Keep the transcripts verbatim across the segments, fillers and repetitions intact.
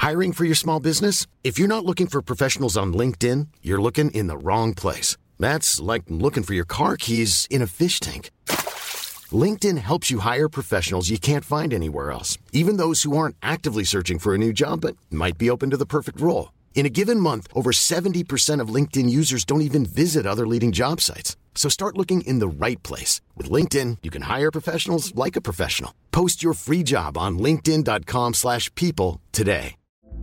Hiring for your small business? If you're not looking for professionals on LinkedIn, you're looking in the wrong place. That's like looking for your car keys in a fish tank. LinkedIn helps you hire professionals you can't find anywhere else, even those who aren't actively searching for a new job but might be open to the perfect role. In a given month, over seventy percent of LinkedIn users don't even visit other leading job sites. So start looking in the right place. With LinkedIn, you can hire professionals like a professional. Post your free job on linkedin dot com slash people today.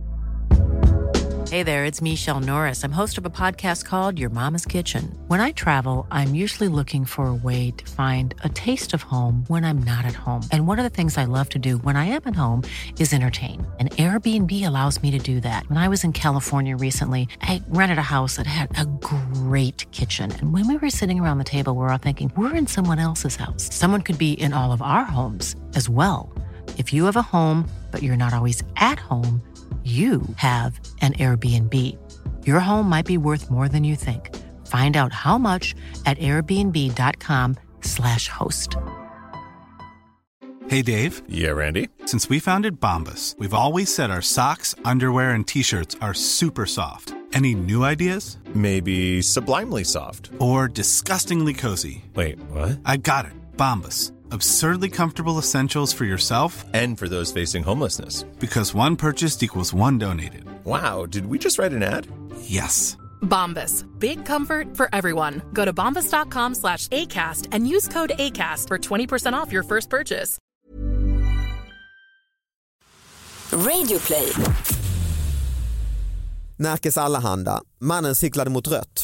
Hey there, it's Michelle Norris. I'm host of a podcast called Your Mama's Kitchen. When I travel, I'm usually looking for a way to find a taste of home when I'm not at home. And one of the things I love to do when I am at home is entertain. And Airbnb allows me to do that. When I was in California recently, I rented a house that had a great kitchen. And when we were sitting around the table, we were all thinking, we're in someone else's house. Someone could be in all of our homes as well. If you have a home, but you're not always at home, you have an Airbnb. Your home might be worth more than you think. Find out how much at airbnb dot com slash host. Hey, Dave. Yeah, Randy. Since we founded Bombas, we've always said our socks, underwear, and T-shirts are super soft. Any new ideas? Maybe sublimely soft. Or disgustingly cozy. Wait, what? I got it. Bombas. Absurdly comfortable essentials for yourself and for those facing homelessness. Because one purchased equals one donated. Wow, did we just write an ad? Yes. Bombas. Big comfort for everyone. Go to bombas dot com slash ACAST and use code ACAST for twenty percent off your first purchase. Radio Play. Närkes Allehanda. Mannen cyklade mot rött.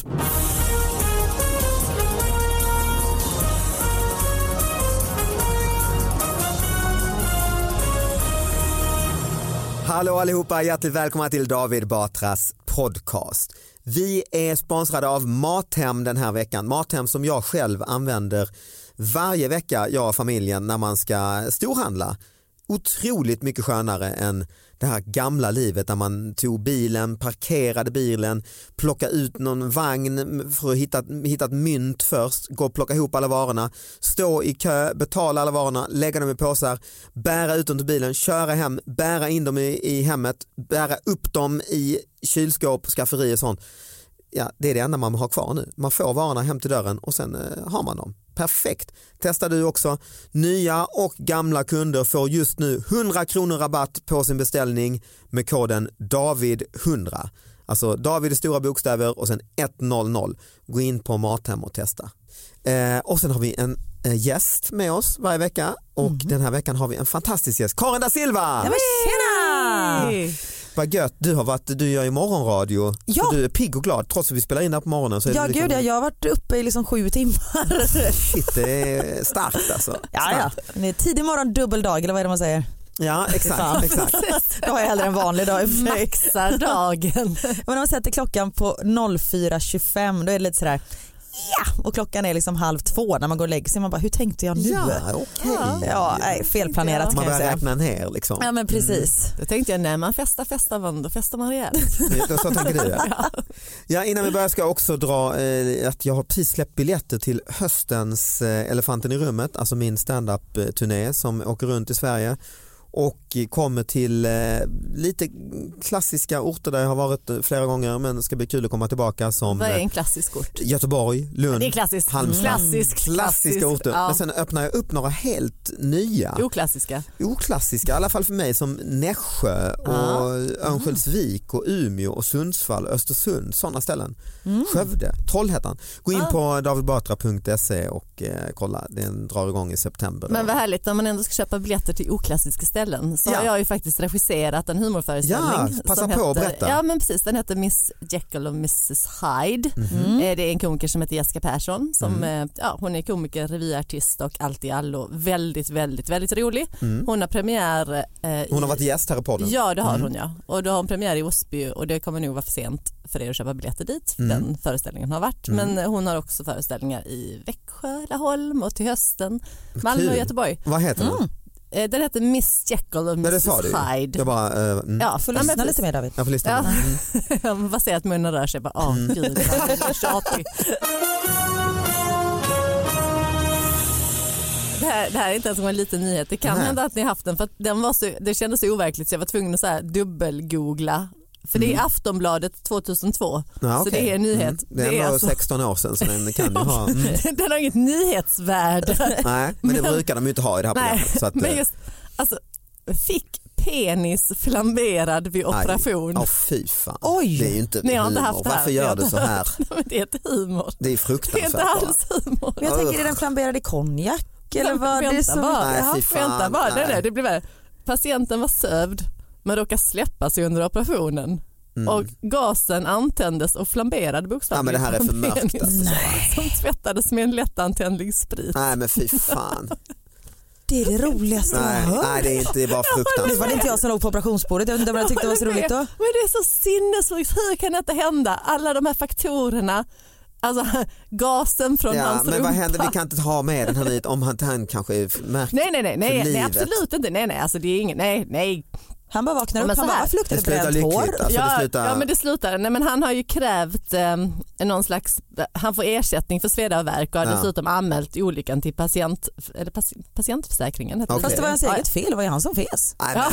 Hallå allihopa, hjärtligt välkomna till David Batras podcast. Vi är sponsrade av Mathem den här veckan. Mathem som jag själv använder varje vecka, jag och familjen, när man ska storhandla. Otroligt mycket skönare än det här gamla livet där man tog bilen, parkerade bilen, plocka ut någon vagn för att hitta, hitta ett mynt först, gå och plocka ihop alla varorna, stå i kö, betala alla varorna, lägga dem i påsar, bära ut dem till bilen, köra hem, bära in dem i, i hemmet, bära upp dem i kylskåp, skafferi och sånt. Ja, det är det enda man har kvar nu. Man får varorna hem till dörren och sen eh, har man dem. Perfekt. Testar du också. Nya och gamla kunder får just nu hundra kronor rabatt på sin beställning med koden David hundra. Alltså David i stora bokstäver och sen hundra. Gå in på Mathem och testa. Eh, och sen har vi en eh, gäst med oss varje vecka och mm. den här veckan har vi en fantastisk gäst. Karin da Silva! Ja, men tjena! Vad gött, du har varit, du gör ju morgonradio. Ja. Du är pigg och glad trots att vi spelar in här på morgonen. Så ja liksom... gud, jag har varit uppe i liksom sju timmar. Shit, det är starkt alltså. Ja, ja. Det är tidig morgon, dubbeldag eller vad är det man säger? Ja, exakt. exakt. Då har jag hellre en vanlig dag. Maxar dagen. Men när man sätter klockan på fyra tjugofem då är det lite sådär ja, och klockan är liksom halv två när man går och lägger sig. Man bara, hur tänkte jag nu? Ja, okej. Okay. Ja, nej, felplanerat man kan jag säga. Man börjar räkna ner liksom. Ja, men precis. Mm. Då tänkte jag, när man festar, festar man, då festar man rejält. Ja, så tänker du, ja. Ja, innan vi börjar ska jag också dra eh, att jag har precis släppt biljetter till höstens eh, Elefanten i rummet, alltså min stand-up-turné som åker runt i Sverige. Och kommer till eh, lite klassiska orter där jag har varit flera gånger men det ska bli kul att komma tillbaka som vad är en klassisk ort? Göteborg, Lund, det är klassiskt. Halmstad. Klassisk, klassiska klassisk, orter. Ja. Men sen öppnar jag upp några helt nya. Oklassiska. Oklassiska, i alla fall för mig som Nässjö och ah. Örnsköldsvik och Umeå och Sundsvall, Östersund, sådana ställen. Mm. Skövde, Trollhättan. Gå in ah. på david batra punkt se och eh, kolla, den drar igång i september. Men vad härligt, när man ändå ska köpa biljetter till oklassiska ställen så ja. har jag ju faktiskt regisserat en humorföreställning. Ja, passa som på heter, att berätta. Ja, men precis, den heter Miss Jekyll och missus Hyde. Mm-hmm. Det är en komiker som heter Jessica Persson som, mm. ja, hon är komiker, revyartist och allt i allo. Väldigt, väldigt, väldigt rolig. Mm. Hon har premiär eh, Hon har varit gäst här i podden. Ja, det har mm. hon, ja. Och då har hon premiär i Osby och det kommer nog vara för sent för er att köpa biljetter dit. Mm. Den föreställningen har varit. Mm. Men hon har också föreställningar i Växjö, Laholm och till hösten Malmö Kul. och Göteborg. Vad heter den? Mm. Den heter Miss Jekyll och missus Hyde. Jag bara, uh, mm. Ja, får lyssna lite mer, David. Jag får lyssna. Ja. Mm. Jag bara ser att munnen rör sig. Åh, oh, mm. gud, det är tjatig. det, här, det här är inte ens en liten nyhet. Det kan Nej. hända att ni har haft den för att den var så, det kändes så overkligt så jag var tvungen att så här dubbelgoogla. För det är Aftonbladet tjugohundratvå. Ja, så okay. det är en nyhet. Mm. Det är, det är alltså... sexton år sedan så den kan ju ha. Mm. Den har inget nyhetsvärde. Nej, men det brukar de ju inte ha i det här programmet. Så att, men just, alltså, fick penis flamberad vid operation. Åh oh, fy fan. Oj. Det är ju inte Ni har humor. Inte haft det här. Varför gör du så här? Det är inte humor. Det är fruktansvärt. Det är inte alls humor. Men jag tänker, är den flamberad i konjak? Eller vad vänta det är så... bara. Nej, fy fan. Vänta bara. Nej. Nej, det blir värre. Patienten var sövd men råkade släppa sig under operationen. Mm. Och gasen antändes och flamberade bokstavligen. Ja, men det här är för mörkt. Alltså. Som tvättades med en lättantändlig sprit. Nej men fy fan. Det är det roligaste jag har hört. Nej det är inte, det är bara fruktansvärt. Det var det inte jag som låg på operationsbordet. Jag vet inte vad jag tyckte det var så roligt då. Men det är så sinnessjukt. Hur kan detta hända? Alla de här faktorerna. Alltså gasen från ja, hans men rumpa. vad händer? Vi kan inte ha med den här lite om han, han kanske är märkt. Nej nej nej, nej, nej absolut inte. Nej nej, alltså det är ingen nej nej. Han bara vaknar upp, ja, han bara, varför luktar det bränt hår? Alltså, ja, det slutar... ja men det slutar. Nej men han har ju krävt eh, någon slags, han får ersättning för sveda och värk och har ja. dessutom anmält olyckan till patient, eller paci- patientförsäkringen. Okay. Fast det var hans eget fel, det var ju han som fes. Ja.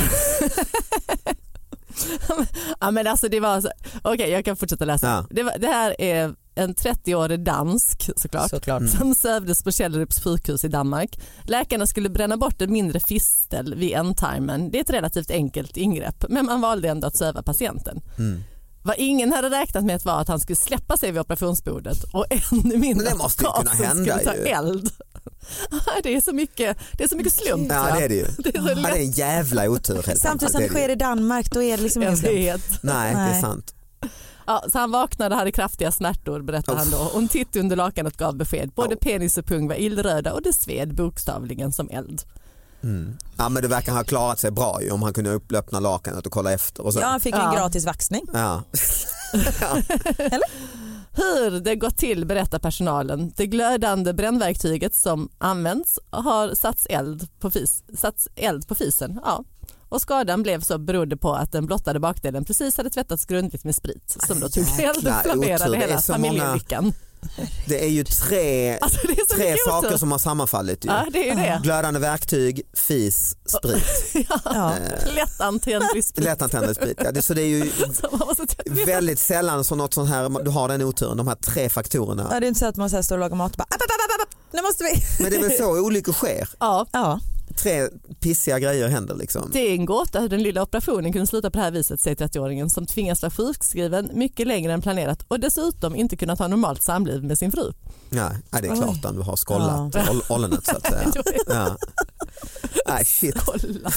Ja men alltså det var så, okej okay, jag kan fortsätta läsa. Ja. Det, var, det här är en trettioårig dansk såklart, såklart. Mm. som sövdes på Källerups sjukhus i Danmark. Läkarna skulle bränna bort en mindre fistel vid ändtarmen. Det är ett relativt enkelt ingrepp men man valde ändå att söva patienten. Mm. Vad ingen hade räknat med var att han skulle släppa sig vid operationsbordet och ännu mindre det måste att gasen skulle ta ju. eld. Det är så mycket, det är så mycket slump. Ja det är det ju. Det är, så ja, det är en jävla otur. Samtidigt som det sker i Danmark då är det liksom ingen slump. Nej, Nej det är sant. Ja, så han vaknade och hade kraftiga smärtor berättar oh. han då. Och en titt under lakanet gav besked. Både oh. penis och pung var illröda och det sved bokstavligen som eld. Mm. Ja men det verkar ha klarat sig bra ju om han kunde öppna lakanet och kolla efter. Och så. Ja han fick ja. en gratis vaxning. Ja. ja. Eller? Hur det gått till berättar personalen. Det glödande brännverktyget som används har satts eld på, fis, satts eld på fisen. Ja. Och skadan blev så berodde på att den blottade bakdelen precis hade tvättats grundligt med sprit som då tog eld och flammerade hela familjelyckan. Det är ju tre, alltså är tre saker som har sammanfallit. Ju. Ja, det är det. Glödande verktyg, fis, sprit. ja. eh, Lättantändlig sprit. Lättantändlig sprit. Ja, det, så det är ju väldigt sällan så något sånt här, du har den oturen, de här tre faktorerna. Ja, det är inte så att man så här står och lagar mat och bara, app, app, app, app, nu måste vi. Men det är väl så olyckor sker. Ja. ja. Tre pissiga grejer händer liksom. Det är en gåta hur den lilla operationen kunde sluta på det här viset, säger trettioåringen som tvingas vara sjukskriven mycket längre än planerat och dessutom inte kunnat ha normalt samliv med sin fru. Ja, det är klart att du har skollat ja. ollonet så att säga. Ja. Nej, shit. Skollat.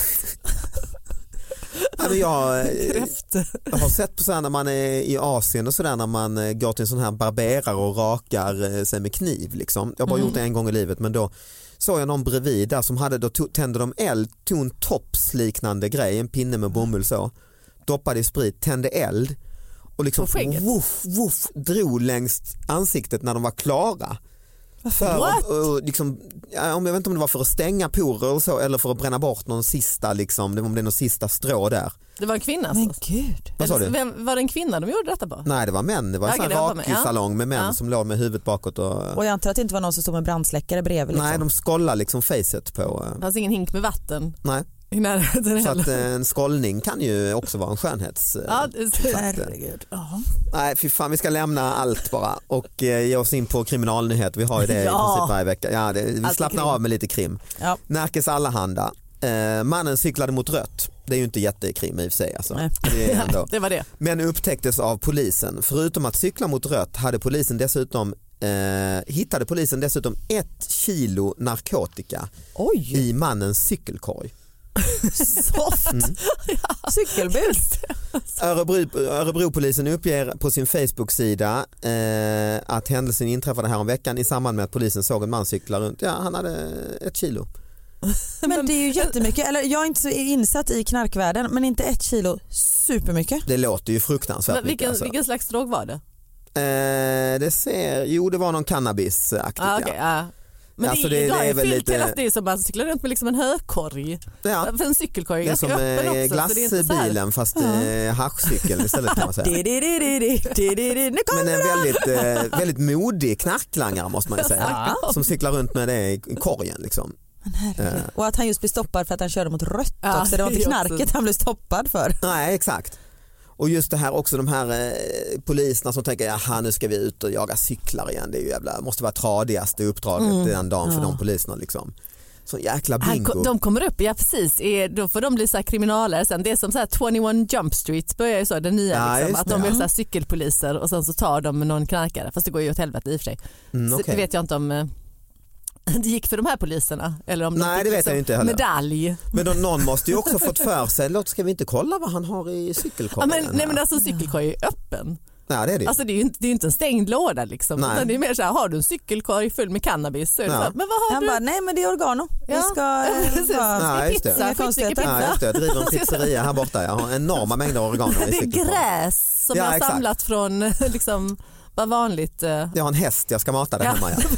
Ja, jag, jag har sett på så här när man är i Asien och sådär när man går till en sån här barberare och rakar sig med kniv liksom. Jag har bara mm. gjort det en gång i livet men då såg jag någon bredvid där som hade, då tog, tände de eld, tog en tops-liknande grej, en pinne med bomull så, doppade i sprit, tände eld och liksom woof, woof, drog längs ansiktet när de var klara. För, och, och, liksom, jag vet inte om det var för att stänga porer eller så eller för att bränna bort någon sista liksom, om det är någon sista strå där. Det var en kvinna alltså? Men gud. Vad sa du? Vem, var det en kvinna de gjorde detta på? Nej det var män, det var en okay, raksalong med män ja. som låg med huvudet bakåt. Och, och jag antar att det inte var någon som stod med brandsläckare bredvid. Liksom. Nej de skollade liksom facet på. Det fanns ingen hink med vatten. Nej. Så att en skållning kan ju också vara en skönhets... Ja, det är herregud. Ja. Nej, fy fan, vi ska lämna allt bara och eh, ge oss in på kriminalnyheter. Vi har ju det ja. i princip varje vecka. Ja, det, vi allt slappnar av med lite krim. Ja. Närkes Allehanda. Eh, mannen cyklade mot rött. Det är ju inte jättekrim i och för sig. Alltså. Det, är ändå. det var det. Men upptäcktes av polisen. Förutom att cykla mot rött hade polisen dessutom eh, hittade polisen dessutom ett kilo narkotika Oj. i mannens cykelkorg. Soft. Mm. Ja. Cykelbud. Örebro, Örebropolisen uppger på sin Facebook-sida eh, att händelsen inträffade här om veckan i samband med att polisen såg en man cykla runt. Ja, han hade ett kilo. Men det är ju jättemycket. Eller jag är inte så insatt i knarkvärlden, men inte ett kilo supermycket. Det låter ju fruktansvärt men vilken, mycket. Alltså. Vilken slags drog var det? Eh, det ser, jo det var någon cannabisaktigt. Ah, okay, ja. Men alltså det, det, det är väl lite... Det är som man cyklar runt med liksom en hökorg. Ja. För en cykelkorg. Det är som också, glassbilen fast ja. haschcykel istället kan man säga. Men en väldigt, väldigt modig knarklangare måste man ju säga. Som cyklar runt med det i korgen liksom. Uh. Och att han just blir stoppad för att han körde mot rött ja, också. Det var inte knarket han blev stoppad för. Nej, exakt. Och just det här också, de här eh, poliserna som tänker jaha, nu ska vi ut och jaga cyklar igen. Det är ju jävla, måste vara tradigaste uppdraget mm. den dagen för ja. de poliserna liksom. Så jäkla bingo. Han, de kommer upp, ja precis, då får de bli så här kriminaler sen. Det är som så här tjugoett Jump Street börjar ju så, den nya ja, liksom, att de är så här cykelpoliser och sen så tar de någon knarkare, fast det går ju åt helvete i och för sig. Mm, okay. Så det vet jag inte om det gick för de här poliserna eller om de Nej, det vet liksom jag inte heller. Medalj. Men då, någon måste ju också fått för sig, låt ska vi inte kolla vad han har i cykelkorgen? Ja, men, nej men alltså cykelkorg är öppen. Ja, det är det. Alltså det är ju inte, det är inte en stängd låda liksom. Det är mer så här, har du en cykelkorg full med cannabis så är det ja. så här, men vad har han du? Bara, nej men det är organo. Ja. Vi ska ja, bara, ja, just det. Pizza, konstigheter. Ja, just det. Jag driver en pizzeria här borta. Jag har enorma mängder oregano i cykelkorgen. Det är gräs som ja, jag har exakt. samlat från liksom vad vanligt. Uh... Jag har en häst, jag ska mata det ja. hemma. Ja.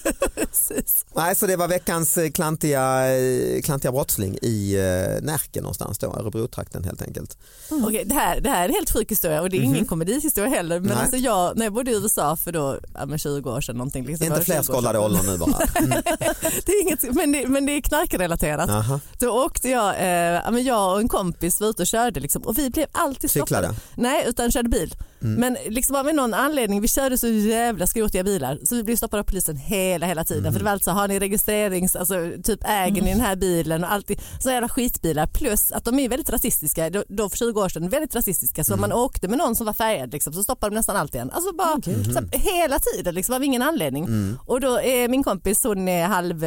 Nej, så det var veckans klantiga, klantiga brottsling i uh, Närke någonstans då, Örebro-trakten helt enkelt. Mm. Okej, det, här, det här är en helt sjuk historia och det är ingen mm-hmm. komedihistoria heller. Men alltså jag, när jag bodde i U S A för då, ja, men tjugo år sedan någonting. Liksom, inte fler skållade åldrar nu bara. Mm. det är inget, men, det, men det är knarkrelaterat. Uh-huh. Då åkte jag, eh, ja, men jag och en kompis var ute och körde liksom, och vi blev alltid stoppade. Cyklade? Nej, utan körde bil. Mm. Men liksom av någon anledning, vi körde så jävla skrotiga bilar så vi blev stoppade av polisen hela hela tiden. Mm. För det var alltså, har ni registrerings, alltså typ äger ni den här bilen och alltid så jävla skitbilar. Plus att de är väldigt rasistiska, då, då för tjugo år sedan väldigt rasistiska. Så mm. om man åkte med någon som var färgad liksom, så stoppade de nästan alltid en. Alltså bara mm. så här, hela tiden liksom, av ingen anledning. Mm. Och då är min kompis, hon är halv...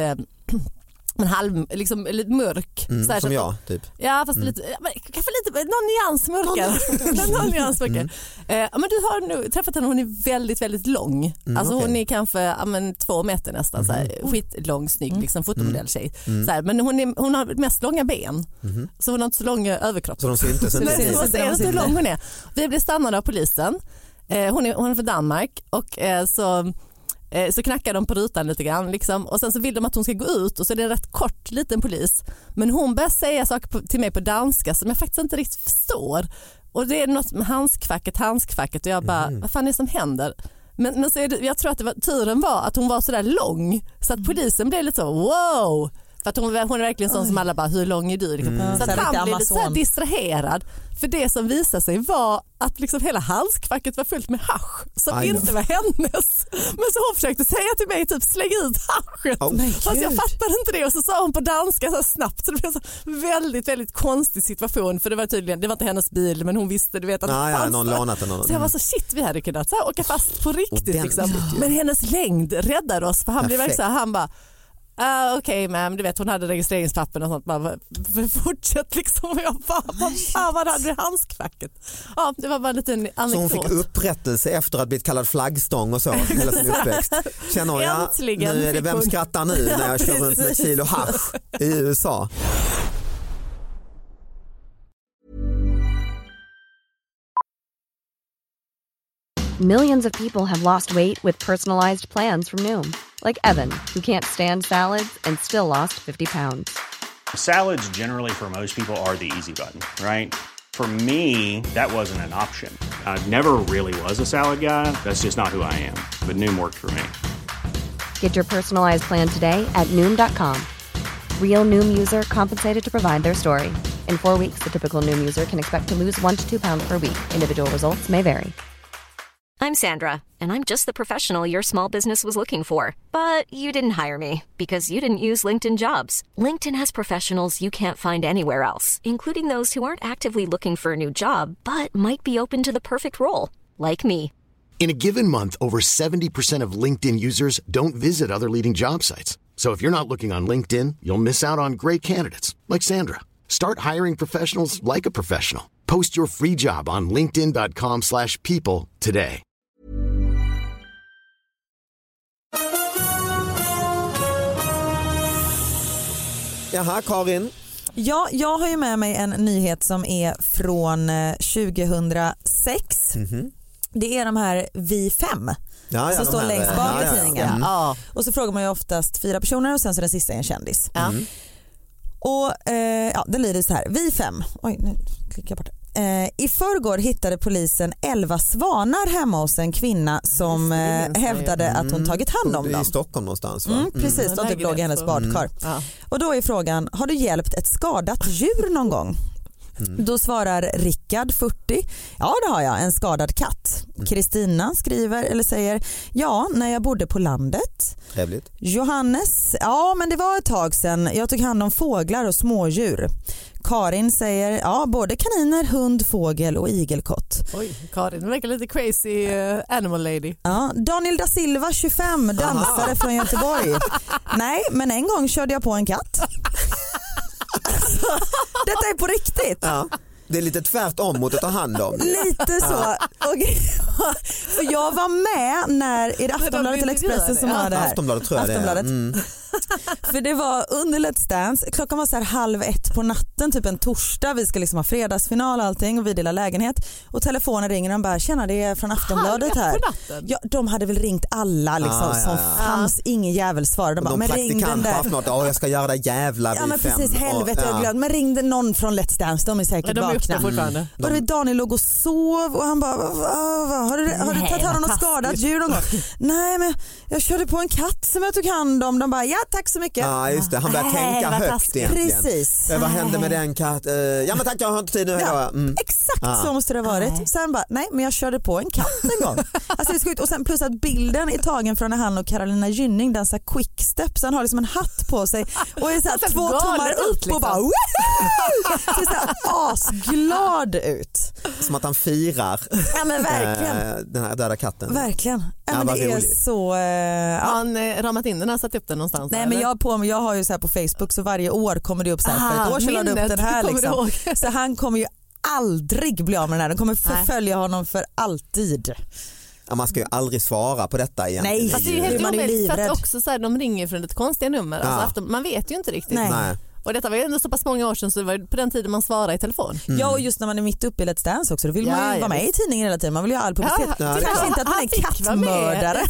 men halv, liksom lite mörk. Mm, så här, som så jag, typ. Ja, fast mm. lite, kanske lite, någon nyans mörkare. någon nyans mörkare. Mm. Eh, men du har nu träffat henne, hon är väldigt, väldigt lång. Mm, alltså okay. hon är kanske ja, men, två meter nästan, mm. så här, skitlång, snygg, mm. liksom fotomodelltjej. Mm. Så här, men hon, är, hon har mest långa ben. Mm. Så hon har inte så lång överkropp. Så de ser inte så hur lång hon är. Vi blev stannade av polisen. Eh, hon, är, hon är från Danmark och eh, så... Så knackar de på rutan lite grann liksom. Och sen så vill de att hon ska gå ut och så är det en rätt kort liten polis. Men hon börjar säga saker på, till mig på danska som jag faktiskt inte riktigt förstår. Och det är något med handskfacket, handskfacket och jag bara, mm. vad fan är det som händer? Men, men så är det, jag tror att det var, turen var att hon var så där lång så att polisen blev lite så, wow! För att hon, hon är verkligen sån som alla bara, hur lång är du? Liksom. Mm. Så att han blev lite så här distraherad. För det som visade sig var att liksom hela halskvacket var fullt med hasch som Aj, inte var hennes. Men så hon försökte säga till mig typ släng ut haschet. Oh, Fast jag fattade inte det och så sa hon på danska så snabbt så det blev en väldigt väldigt konstig situation för det var tydligen, det var inte hennes bil men hon visste du vet att ah, det ja, fanns någon lånat någon. Så jag var så shit vi hade kunnat så här, åka fast på riktigt liksom. Men hennes längd räddade oss för han Perfekt. blev verkligen så här, han bara Uh, Okej okay, ma'am, du vet hon hade registreringspappen och sånt bara fortsätt liksom och jag bara vad fan var det hade handskfacket. Ja, det var bara en liten anekdot. Så hon fick upprättelse efter att blivit kallad flaggstång och så hela sin uppväxt. Känner jag, Äntligen nu är det vem skrattar nu när jag kör runt med kilo hasch i U S A. Millions of people have lost weight with personalized plans from Noom. Like Evan, who can't stand salads and still lost fifty pounds. Salads generally for most people are the easy button, right? For me, that wasn't an option. I never really was a salad guy. That's just not who I am. But Noom worked for me. Get your personalized plan today at Noom dot com. Real Noom user compensated to provide their story. In four weeks, the typical Noom user can expect to lose one to two pounds per week. Individual results may vary. I'm Sandra, and I'm just the professional your small business was looking for. But you didn't hire me because you didn't use LinkedIn Jobs. LinkedIn has professionals you can't find anywhere else, including those who aren't actively looking for a new job, but might be open to the perfect role, like me. In a given month, over seventy percent of LinkedIn users don't visit other leading job sites. So if you're not looking on LinkedIn, you'll miss out on great candidates, like Sandra. Start hiring professionals like a professional. Post your free job on linkedin dot com slash people today. Jaha, Karin. Ja, jag har ju med mig en nyhet som är från tjugohundrasex. Mm-hmm. Det är de här Vi fem ja, ja, som står här, längst bak i ja, tidningen. Ja, ja. Mm. Och så frågar man ju oftast fyra personer och sen så den sista är en kändis. Mm. Och eh, ja, det lyder så här. Vi fem. Oj, nu klickar jag bort det. Eh, I förrgår hittade polisen elva svanar hemma hos en kvinna som eh, hävdade mm. att hon tagit hand om dem. I Stockholm någonstans va? Mm, precis, mm. de typ låg i hennes badkar. Mm. Ja. Och då är frågan, har du hjälpt ett skadat djur någon gång? Mm. Då svarar Rickard, fyrtio, ja det har jag, en skadad katt. Kristina mm. skriver eller säger, ja när jag bodde på landet. Trevligt. Johannes, ja men det var ett tag sedan, jag tog hand om fåglar och smådjur. Karin säger, ja både kaniner, hund, fågel och igelkott. Oj, Karin verkar lite crazy uh, animal lady. Ja, Daniel da Silva, tjugofem, dansare från Göteborg. Nej, men en gång körde jag på en katt. Alltså, detta är på riktigt. Ja. Det är lite tvärtom mot att ta hand om. Lite så. Okay. För jag var med när, är det Aftonbladet eller Expressen som var det här? Aftonbladet tror jag Aftonbladet. det är. Mm. För det var under Let's Dance, klockan var så här halv ett på natten, typ en torsdag, vi ska liksom ha fredagsfinal och allting och vi delar lägenhet och telefonen ringer och de bara, tjena det är från Aftonbladet här. Ja, de hade väl ringt alla liksom, ah, ja, ja. som fanns ingen jävel svar. De bara, de men ring den där. Något, oh, jag ska göra det jävla ja, men precis, fem. helvete och, jag glömde. Men ringde någon från Let's Dance, de är säkert ja, de vakna. Är fortfarande. Mm. Och det Daniel låg och sov och han bara, va, va, va? har du, har du tagit hand om något skadat djur någon gång? Nej men jag körde på en katt som jag tog hand om. De bara, ja tack så mycket. Ja just det, han började tänka högt taskigt. Egentligen. Precis. Vad hände med den katt? Uh, ja men tack, jag har inte tid nu. Ja, mm. Exakt ah. så måste det ha varit. Nej. Sen bara, nej men jag körde på en katt en gång. Alltså, det är sjukt. Och sen plus att bilden är tagen från när han och Carolina Gynning dansar quickstep. Så han har liksom en hatt på sig och är så här två tummar upp liksom. Och bara så är så här asglad ut. Som att han firar. Ja men verkligen. Äh, den här döda katten. Verkligen. Ja, ja, men det roligt. är så... Uh, ja. Har han eh, ramat in den och satt upp den någonstans? Nej eller? men jag, på, jag har ju så här på Facebook så varje år kommer det upp så här. Aha, för ett år sedan lade upp den här liksom. Så han kommer ju aldrig bli av med den här. Den kommer förfölja honom för alltid. Ja, man ska ju aldrig svara på detta egentligen. Nej, alltså, det är helt omöjligt för att också så här, de ringer från ett konstiga nummer. Ja. Alltså, man vet ju inte riktigt. Nej. Nej. Och detta var ju ändå så pass många år sedan så det var på den tiden man svarade i telefon. Mm. Ja och just när man är mitt uppe i Let's Dance också då vill ja, man ju ja, vara med visst. i tidningen hela tiden. Man vill ju ha all publicitet. Ja, det kanske inte att man är en kattmördare.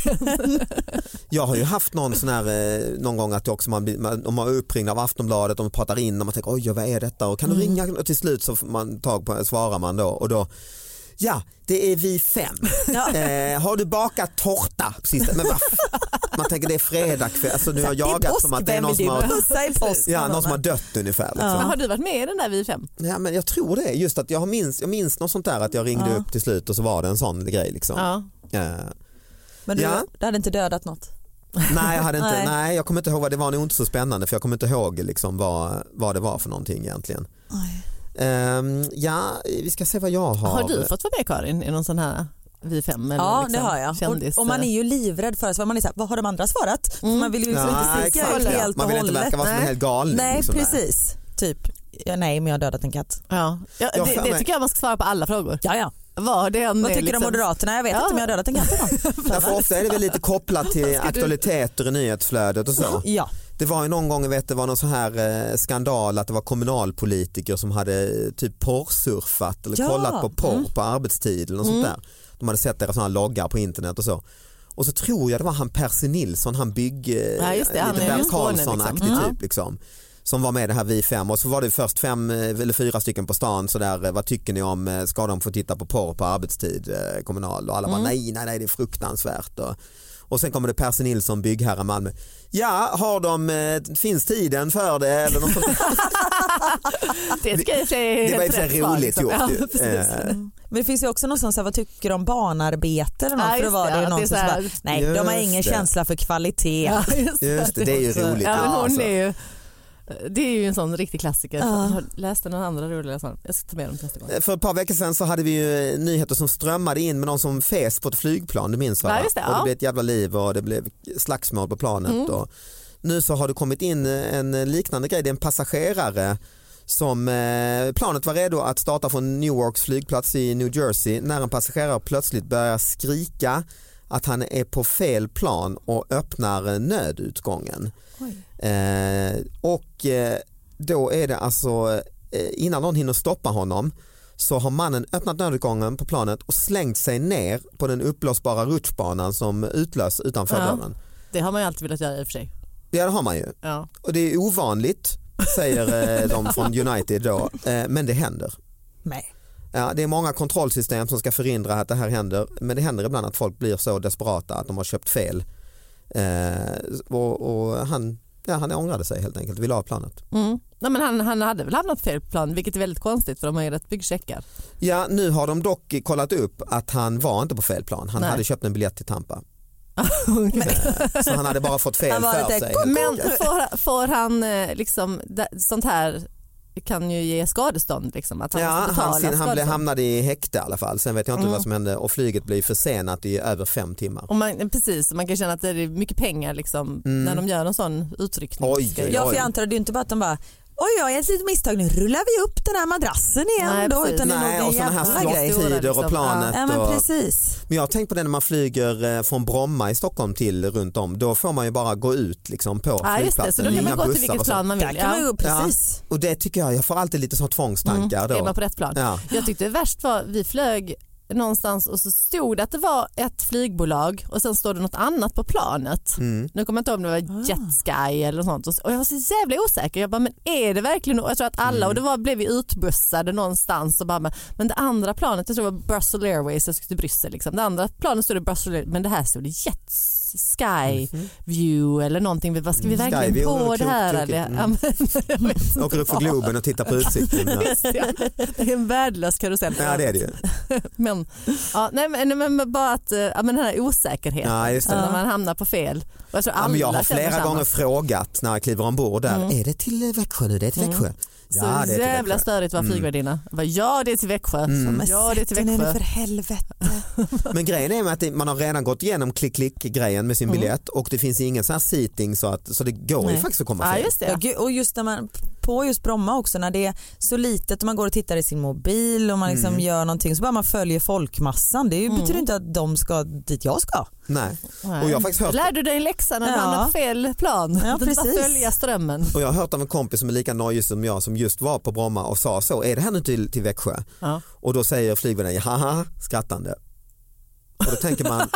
Jag har ju haft någon sån här någon gång att också man, man om man är uppringd av Aftonbladet och man pratar in och man tänker oj vad är detta och kan du ringa och till slut så får man tag på svarar man då och då ja, det är vi fem. Ja. Eh, har du bakat tårta? Precis. Men man tänker det är fredag kväll. Alltså, nu har jag jagat som att det är någon som har, ja, någon som har dött ungefär. Liksom. Ja. Har du varit med i den där vi fem? Ja, men jag tror det. Just att jag minns, jag minns något sånt där att jag ringde ja. upp till slut och så var det en sån grej. Liksom. Ja. Ja. Men du, ja. du hade inte dödat något? Nej, jag hade inte. nej. nej, jag kommer inte ihåg vad det var. Nog inte så spännande för jag kommer inte ihåg liksom, vad, vad det var för någonting egentligen. Oj. Um, ja, vi ska se vad jag har. Har du fått vara med Karin i någon sån här vi fem? Eller ja, liksom det har jag. Kändis. Och, och man är ju livrädd för att man är så här, vad har de andra svarat? Mm. Man vill ju liksom ja, inte sticka ut helt man vill inte verka vara som en helt galning. Nej, liksom precis. Där. Typ, ja, nej men jag har dödat en katt. Ja, ja det, det tycker jag man ska svara på alla frågor. Ja, ja. Vad, det vad tycker liksom... de Moderaterna? Jag vet ja. inte om jag har dödat en katt. Ja, för ofta är det väl lite kopplat till aktualiteter i nyhetsflödet och så. Ja. Det var ju någon gång, jag vet, det var någon så här eh, skandal att det var kommunalpolitiker som hade typ porrsurfat eller ja. kollat på porr mm. på arbetstid eller något mm. sånt där. De hade sett deras såna här loggar på internet och så. Och så tror jag det var han Percy Nilsson, han bygg ja, just det, lite Bert Karlsson-aktig liksom. mm. typ liksom. Som var med i det här vi fem och så var det först fem eller fyra stycken på stan så där, vad tycker ni om, ska de få titta på porr på arbetstid eh, kommunal och alla mm. bara nej nej nej det är fruktansvärt och, och sen kommer det Percy Nilsson byggherre Malmö. Ja, har de, eh, finns tiden för det eller något sånt? Det ska jag säga. Det var ju så roligt gjort. Ja, mm. Men det finns ju också någon som vad tycker om barnarbete eller något ja, för det var det, det någon det som bara, nej just de har ingen det. känsla för kvalitet. Ja, just, just det, det är ju roligt. Ja, men hon alltså. är ju Det är ju en sån riktig klassiker. Ja. Jag har läst den andra roliga sån. Jag ska ta med dem nästa gång. För ett par veckor sedan så hade vi ju nyheter som strömmade in med någon som fes på ett flygplan, du minns va? Ja, just det, ja. Och det blev ett jävla liv och det blev slagsmål på planet. Mm. Och nu så har det kommit in en liknande grej. Det är en passagerare som eh, planet var redo att starta från Newarks flygplats i New Jersey när en passagerare plötsligt börjar skrika att han är på fel plan och öppnar nödutgången. Eh, och eh, då är det alltså eh, innan någon hinner stoppa honom så har mannen öppnat nödutgången på planet och slängt sig ner på den uppblåsbara rutschbanan som utlös utanför ja, dörren. Det har man ju alltid velat göra i och för sig. Ja, det har man ju. Ja. Och det är ovanligt säger eh, de från United då, eh, men det händer. Nej. Ja, det är många kontrollsystem som ska förhindra att det här händer, men det händer ibland att folk blir så desperata att de har köpt fel. Eh, och, och han, ja, han ångrade sig helt enkelt, ville ha planet. Mm. Nej, men han, han hade väl hamnat fel plan, vilket är väldigt konstigt för de har ju rätt byggcheckar. Ja, nu har de dock kollat upp att han var inte på fel plan. Han Nej. hade köpt en biljett till Tampa. Så han hade bara fått fel för sig. Men får, får han liksom sånt här kan ju ge skadestånd liksom, att han ja, måste betala han, han blev, hamnade i häkte i alla fall. Sen vet jag inte mm. vad som hände och flyget blev försenat i över fem timmar. Och man, precis, man kan känna att det är mycket pengar liksom, mm. när de gör en sån utryckning. Oj, oj, oj. Ja, för jag antar att det är inte bara att de bara oj, jag är ett litet misstag, nu rullar vi upp den här madrassen igen. Nej, då, utan Nej, det och sådana här slotttider liksom. Och planet. Ja, men och... precis. Men jag har tänkt på det när man flyger från Bromma i Stockholm till runt om. Då får man ju bara gå ut liksom, på ja, flygplatsen. Just det, så då kan man gå till vilket plan man vill. Där kan man gå, precis. Ja. Och det tycker jag, jag får alltid lite sån tvångstankar. Mm, då. Är man på rätt plan. Ja. Jag tyckte det värst var, vi flög någonstans och så stod det att det var ett flygbolag och sen stod det något annat på planet. Mm. Nu kommer jag inte ihåg om det var Jetsky eller något sånt. Och jag var så jävla osäker. Jag bara, men är det verkligen? Jag tror att alla, mm. och det var, blev vi utbussade någonstans och bara, men det andra planet, jag tror det var Brussels Airways, jag skulle till Bryssel liksom. Det andra planet stod det Brussels, men det här stod det Jets Sky mm-hmm. View eller någonting. Vad ska vi verkligen Sky på view, det här? Eller? Mm. Åker upp för Globen och tittar på utsikten. Det är en värdelös karusell. Ja, det är det ju. men, ja, nej, men, men bara att ja, men den här osäkerheten ja, just det. när man hamnar på fel. Och jag, tror ja, men jag har flera samma. gånger frågat när jag kliver ombord där, mm. är det till Växjö nu? Det är till Växjö. Mm. Ja, så jävla störigt var flygvärdinna. Mm. Ja, det är till Växjö. Mm. Ja, det är till Växjö. För helvete. Men grejen är med att man har redan gått igenom klick-klick-grejen med sin mm. biljett och det finns ingen sån här seating så, att, så det går Nej. ju faktiskt att komma fel. Ja, just det. Ja, och just när man, på just Bromma också, när det är så litet och man går och tittar i sin mobil och man liksom mm. gör någonting så bara man följer folkmassan. Det är ju, mm. betyder inte att de ska dit jag ska. Nej. Nej. Och jag har faktiskt hört... Lär du dig läxan när du ja. hamnar på fel plan? Ja, precis. Bara följa strömmen. Och jag har hört av en kompis som är lika nojig som jag som just var på Bromma och sa så, är det här nu till, till Växjö? Ja. Och då säger flygvärden, haha, skrattande. Och då tänker man,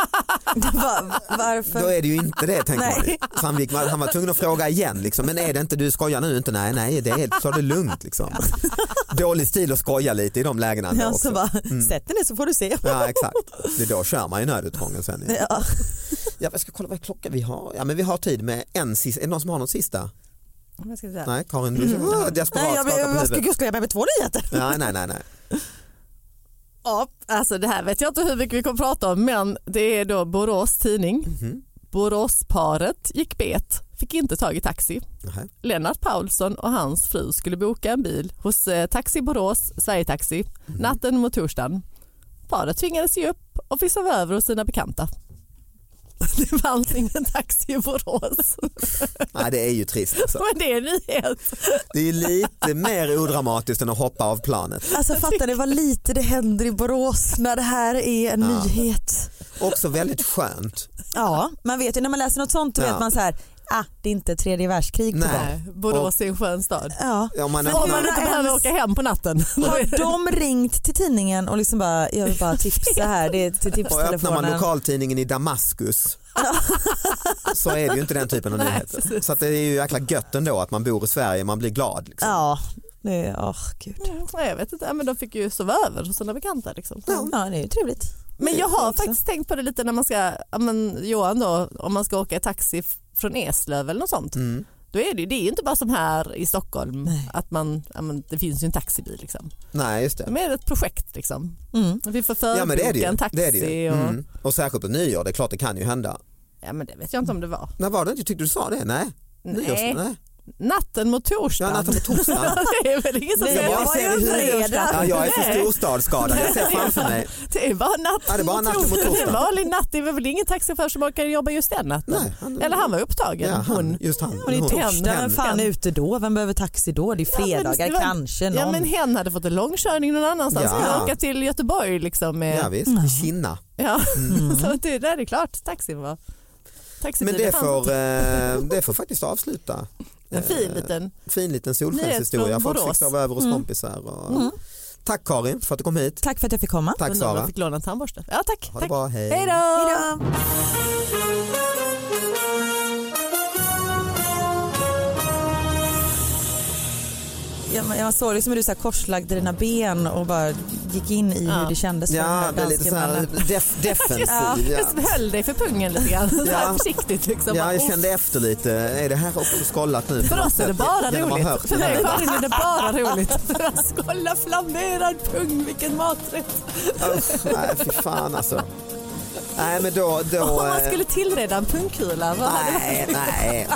varför? Då är det ju inte det, tänker nej. man. Så han, gick, han var tvungen att fråga igen, liksom, men är det inte, du skojar nu inte? Nej, nej, det är helt så det är lugnt. Liksom. Dålig stil att skoja lite i de lägena. Ja, också. Så bara, mm. sätt dig ner så får du se. Ja, exakt. Det är då kör man ju nödutgången sen. Ja. Ja, jag ska kolla vad klockan vi har. Ja, men vi har tid med en sista. Är det någon som har någon sista? Jag ska säga. Nej, Karin, du mm. oh, desperat nej, jag, jag, jag, jag ska jag ska med två nyheter. Nej, nej, nej, nej. Ja, alltså det här vet jag inte hur mycket vi kommer prata om, men det är då Borås tidning. Mm-hmm. Boråsparet gick bet, fick inte tag i taxi. Uh-huh. Lennart Paulsson och hans fru skulle boka en bil hos eh, Taxi Borås, Sverige Taxi, mm-hmm. natten mot torsdagen. Paret tvingades ge upp och fick sova över hos sina bekanta. Det fanns ingen taxi i Borås. Nej, det är ju trist. Alltså. Men det är nyhet. Det är lite mer odramatiskt än att hoppa av planet. Alltså fattar ni vad lite det händer i Borås när det här är en ja. nyhet. Också väldigt skönt. Ja, man vet ju när man läser något sånt, då ja. vet man så här, ah, det är inte tredje världskrig på Nej, Borås är en skön stad. Ja. Ja, man, om man inte behöver åka hem på natten. Har de ringt till tidningen och liksom bara, jag vill bara tipsa här, det är till tipstelefonen. Och öppnar man lokaltidningen i Damaskus så är det ju inte den typen av nyheter. Nej, så att det är ju jäkla gött ändå att man bor i Sverige, man blir glad. Liksom. Ja, det är, åh gud. Ja, jag vet inte, men de fick ju sova över hos sina bekanta. Liksom. Ja, ja, det är ju trevligt. Men jag har faktiskt tänkt på det lite när man ska, men Johan då, om man ska åka taxi från Eslöv eller något sånt. Mm. Då är det, det är ju inte bara som här i Stockholm. Nej. Att man, man, det finns ju en taxibil liksom. Nej, just det. Det är ett projekt liksom. Mm. Vi får förboka ja, en taxi. Det är det ju. Och... Mm. och särskilt på nyår, det är klart det kan ju hända. Ja, men det vet jag inte om det var. När var det inte? Tyckte du sa det? Nej. Nej. Nyårs, nej. Natten mot torsdag. Ja, natten mot torsdag. Det är väl ingen som säger jag, ser ja, jag är för storstadsskadad. Jag ser framför mig. Det är bara natten, ja, det är bara natten mot torsdag. Det är vanlig natt. Det är väl ingen taxichaufför som orkar jobba just den natten. Nej, han, Eller han var upptagen. Ja, han, hon. Just han. Och det är torsdag. Vem fan är ute då? Vem behöver taxi då? Det är fredagar ja, var, kanske. Någon. Ja, men hen hade fått en långkörning någon annanstans. Ja. Han åka till Göteborg liksom. Med, ja, visst. Mm. Kinna. Ja, mm. Så det där är klart. Taxin var. Men det får, eh, det får faktiskt avsluta. En fin liten, fin liten solskenshistoria. Folk fick sova över hos mm. kompisar. Och... Mm. Tack Karin för att du kom hit. Tack för att jag fick komma. Tack Sara. Jag fick låna en tandborste. Ja, tack. Ha tack. det bra, hej. Hej då. Hej då. jag, jag såg liksom hur du så här korslagde dina ben och bara gick in i ja. hur det kändes. Ja, det är lite så här def, defensiv. ja. Ja. Höll dig för pungen lite grann. Ja. Försiktigt liksom. Ja, jag kände efter lite. Är det här också skollat nu? För oss är det bara roligt. För mig är det bara roligt. För att skålla flammerad pung, vilken maträtt. Uff, nej, fy fan alltså. Nej, men då... då oh, man skulle tillreda en pungkula. Va? Nej, nej.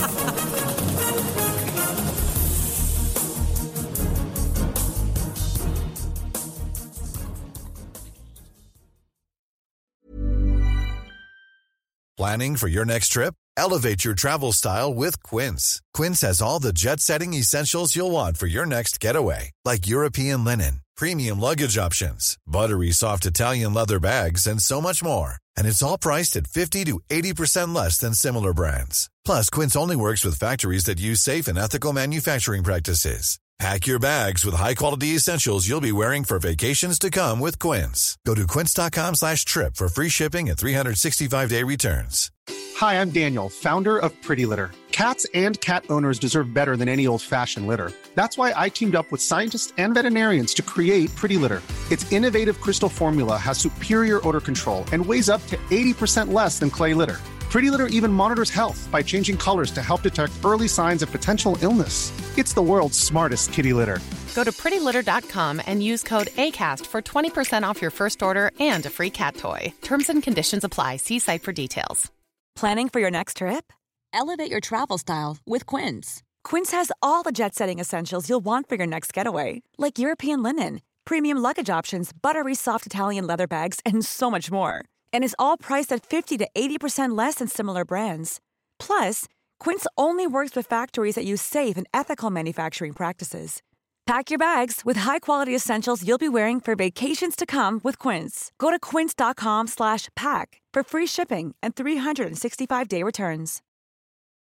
Planning for your next trip? Elevate your travel style with Quince. Quince has all the jet-setting essentials you'll want for your next getaway, like European linen, premium luggage options, buttery soft Italian leather bags, and so much more. And it's all priced at fifty to eighty percent less than similar brands. Plus, Quince only works with factories that use safe and ethical manufacturing practices. Pack your bags with high-quality essentials you'll be wearing for vacations to come with Quince. Go to quince.com slash trip for free shipping and three sixty-five day returns. Hi, I'm Daniel, founder of Pretty Litter. Cats and cat owners deserve better than any old-fashioned litter. That's why I teamed up with scientists and veterinarians to create Pretty Litter. Its innovative crystal formula has superior odor control and weighs up to eighty percent less than clay litter. Pretty Litter even monitors health by changing colors to help detect early signs of potential illness. It's the world's smartest kitty litter. Go to pretty litter dot com and use code ACAST for twenty percent off your first order and a free cat toy. Terms and conditions apply. See site for details. Planning for your next trip? Elevate your travel style with Quince. Quince has all the jet-setting essentials you'll want for your next getaway, like European linen, premium luggage options, buttery soft Italian leather bags, and so much more. And is all priced at fifty to eighty percent less than similar brands. Plus, Quince only works with factories that use safe and ethical manufacturing practices. Pack your bags with high-quality essentials you'll be wearing for vacations to come with Quince. Go to quince.com slash pack for free shipping and three sixty-five day returns.